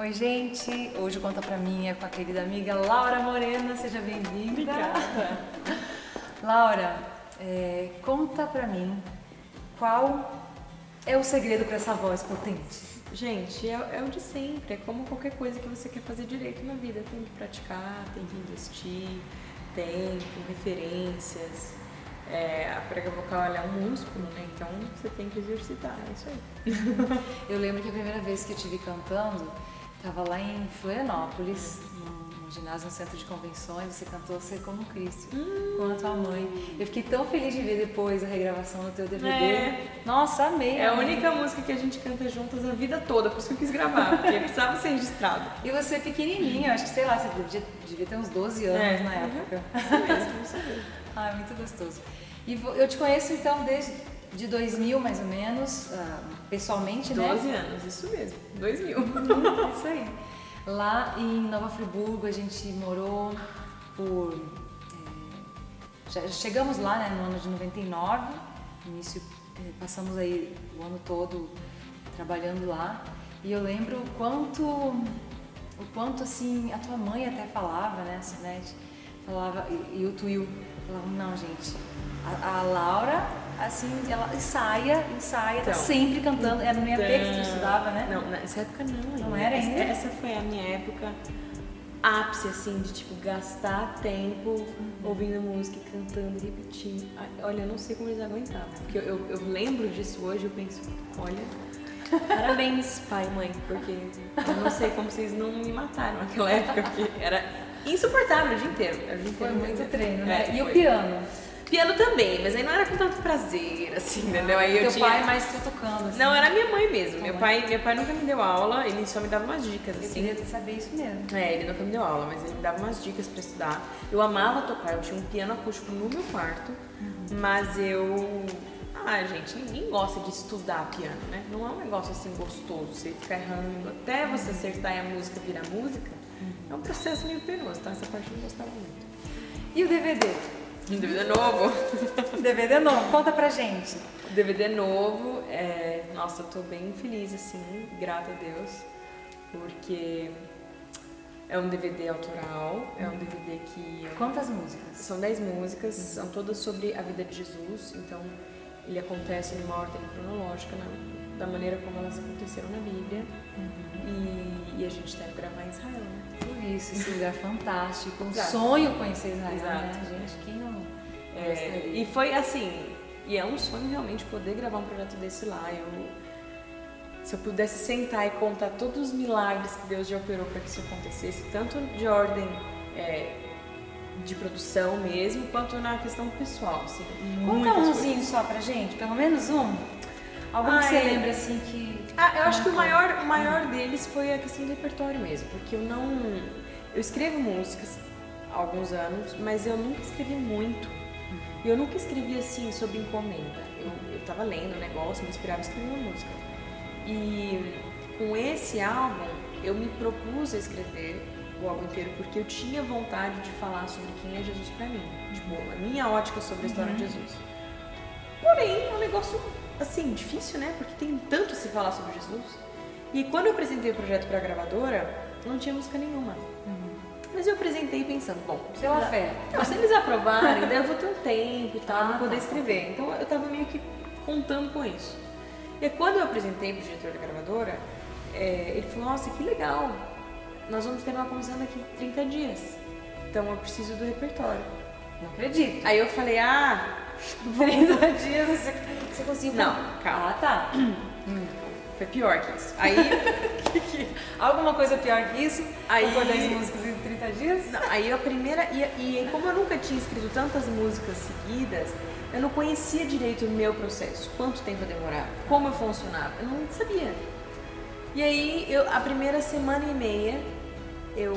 Oi, gente! Hoje o Conta Pra Mim é com a querida amiga Laura Morena. Seja bem-vinda! Obrigada! Laura, conta pra mim qual é o segredo para essa voz potente? Gente, é o de sempre. É como qualquer coisa que você quer fazer direito na vida. Tem que praticar, tem que investir tempo, referências. A prega vocal é um músculo, né? Então você tem que exercitar, é isso aí. Eu lembro que a primeira vez que eu te vi cantando, estava lá em Florianópolis, no ginásio, no centro de convenções, você cantou Ser Como Cristo, com a tua mãe. Eu fiquei tão feliz de ver depois a regravação do teu DVD. Nossa, amei! É a única música que a gente canta juntas a vida toda, por isso que eu quis gravar, porque precisava ser registrado. E você pequenininha, acho que, sei lá, você devia ter uns 12 anos na época. Isso mesmo. Ah, muito gostoso. E eu te conheço então desde 2000, mais ou menos, pessoalmente, 12 né? anos, isso mesmo, 2000. Isso aí. Lá em Nova Friburgo a gente morou por... chegamos lá, né, no ano de 99, início, passamos aí o ano todo trabalhando lá. E eu lembro o quanto assim, a tua mãe até falava, né, a Sinete, falava, e o Tuil falava, não, gente, a Laura, assim, ela ensaia, então, tá sempre cantando. Era no EAP que tu estudava, né? Não, nessa época não. Não era ainda? Essa foi a minha época ápice, assim, de tipo, gastar tempo ouvindo música, cantando, repetindo. Olha, eu não sei como eles aguentavam, porque eu lembro disso hoje, eu penso, olha, parabéns, pai e mãe, porque eu não sei como vocês não me mataram naquela época, porque era insuportável o dia inteiro. Foi muito treino, né? E foi. O piano? Piano também, mas aí não era com tanto prazer, assim, entendeu? Aí Teu pai mais tu tocando, assim. Não, era minha mãe mesmo. Meu pai nunca me deu aula, ele só me dava umas dicas, assim. Eu queria saber isso mesmo. Ele nunca me deu aula, mas ele me dava umas dicas pra estudar. Eu amava tocar, eu tinha um piano acústico no meu quarto, mas eu... gente, ninguém gosta de estudar piano, né? Não é um negócio assim gostoso, você ficar errando até você acertar e a música virar música. É um processo meio penoso, tá? Essa parte eu não gostava muito. E o DVD? Um DVD novo. DVD novo, conta pra gente. DVD novo, nossa, eu tô bem feliz, assim, grata a Deus, porque é um DVD autoral, é um DVD que... Quantas músicas? São 10 músicas, são todas sobre a vida de Jesus, então ele acontece numa ordem cronológica, da maneira como elas aconteceram na Bíblia, e a gente deve gravar em Israel, né? Por isso, esse lugar fantástico, um Exato. sonho conhecer Israel, Exato. né, gente? Quem não E foi assim, e é um sonho realmente poder gravar um projeto desse lá. Se eu pudesse sentar e contar todos os milagres que Deus já operou para que isso acontecesse, tanto de ordem de produção mesmo, quanto na questão pessoal, assim. Conta umzinho só pra gente, pelo menos um. Algum que você lembra assim que... eu acho que o maior deles foi a questão do repertório mesmo, porque eu escrevo músicas há alguns anos, mas eu nunca escrevi muito. E eu nunca escrevi assim, sob encomenda. Eu tava lendo o negócio, me inspirava a escrever uma música. E com esse álbum, eu me propus a escrever o álbum inteiro, porque eu tinha vontade de falar sobre quem é Jesus pra mim. Tipo, a minha ótica sobre a história de Jesus. Porém, é um negócio, assim, difícil, né? Porque tem tanto a se falar sobre Jesus. E quando eu apresentei o projeto pra gravadora, não tinha música nenhuma. Mas eu apresentei pensando, bom, Pela fé. Se eles aprovarem, daí eu vou ter um tempo e tal, pra poder escrever. Então eu tava meio que contando com isso. E quando eu apresentei pro diretor da gravadora, ele falou, nossa, que legal, nós vamos ter uma comissão daqui 30 dias. Então eu preciso do repertório. Não acredito. Aí eu falei, 30 dias você conseguiu... Não, calma. Tá. Foi pior que isso. Aí... Alguma coisa pior que isso? Aí... Compor 10 músicas em 30 dias? Não, aí a primeira... E como eu nunca tinha escrito tantas músicas seguidas, eu não conhecia direito o meu processo. Quanto tempo eu demorava, como eu funcionava. Eu não sabia. E aí, a primeira semana e meia, eu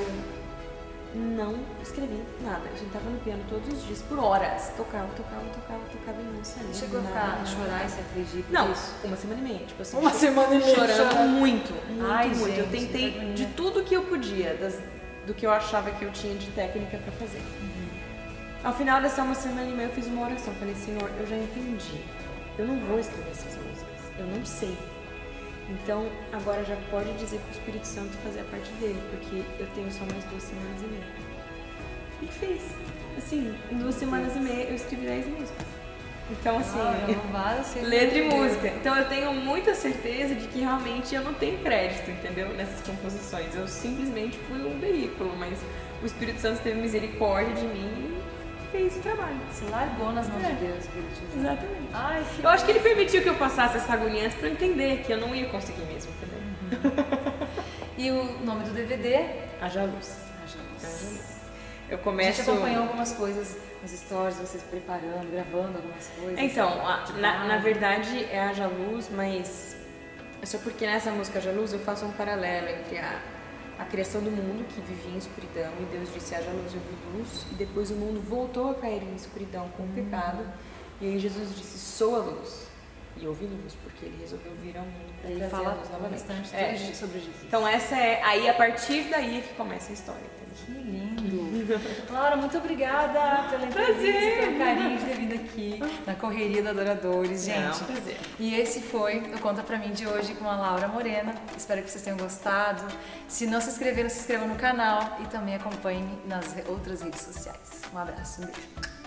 não escrevi nada. Eu sentava no piano todos os dias, por horas. Tocava e não saía. Chegou a chorar e se afligir por não, isso? uma semana e meia. Tipo assim, Uma semana e meia chorando muito. Ai, muito. gente, eu tentei de tudo que eu podia, do que eu achava que eu tinha de técnica pra fazer. Ao final dessa uma semana e meia, eu fiz uma oração. Falei, Senhor, eu já entendi. Eu não vou escrever essas músicas. Eu não sei. Então, agora já pode dizer pro Espírito Santo fazer a parte dele, porque eu tenho só mais 2 semanas e meia. E fiz. Assim, em 2 semanas e meia eu escrevi 10 músicas. Então, assim, letra e música. Então, eu tenho muita certeza de que realmente eu não tenho crédito, entendeu? Nessas composições. Eu simplesmente fui um veículo, mas o Espírito Santo teve misericórdia de mim e fez o trabalho. Você largou nas mãos de Deus, Espírito Santo. Exatamente. Ai, eu acho que ele permitiu que eu passasse essa agonia antes pra eu entender que eu não ia conseguir mesmo, entendeu? E o nome do DVD? Haja Luz. Haja Luz. Eu começo... A gente acompanhou algumas coisas nos stories, vocês preparando, gravando algumas coisas. Então, na verdade é Haja Luz, mas é só porque nessa música Haja Luz eu faço um paralelo entre a criação do mundo, que vivia em escuridão, e Deus disse haja luz e houve luz, e depois o mundo voltou a cair em escuridão com o pecado, e aí Jesus disse, sou a luz. E houve luz, porque ele resolveu vir ao mundo para trazer a luz novamente. Bastante sobre Jesus. Então essa é, aí a partir daí é que começa a história. Entendeu? Que lindo! Laura, muito obrigada pela entrevista, pelo carinho de ter vindo aqui na Correria do Adoradores, gente. Prazer. E esse foi o Conta Pra Mim de hoje com a Laura Morena. Espero que vocês tenham gostado. Se não se inscreveram, se inscrevam no canal e também acompanhem nas outras redes sociais. Um abraço, um beijo.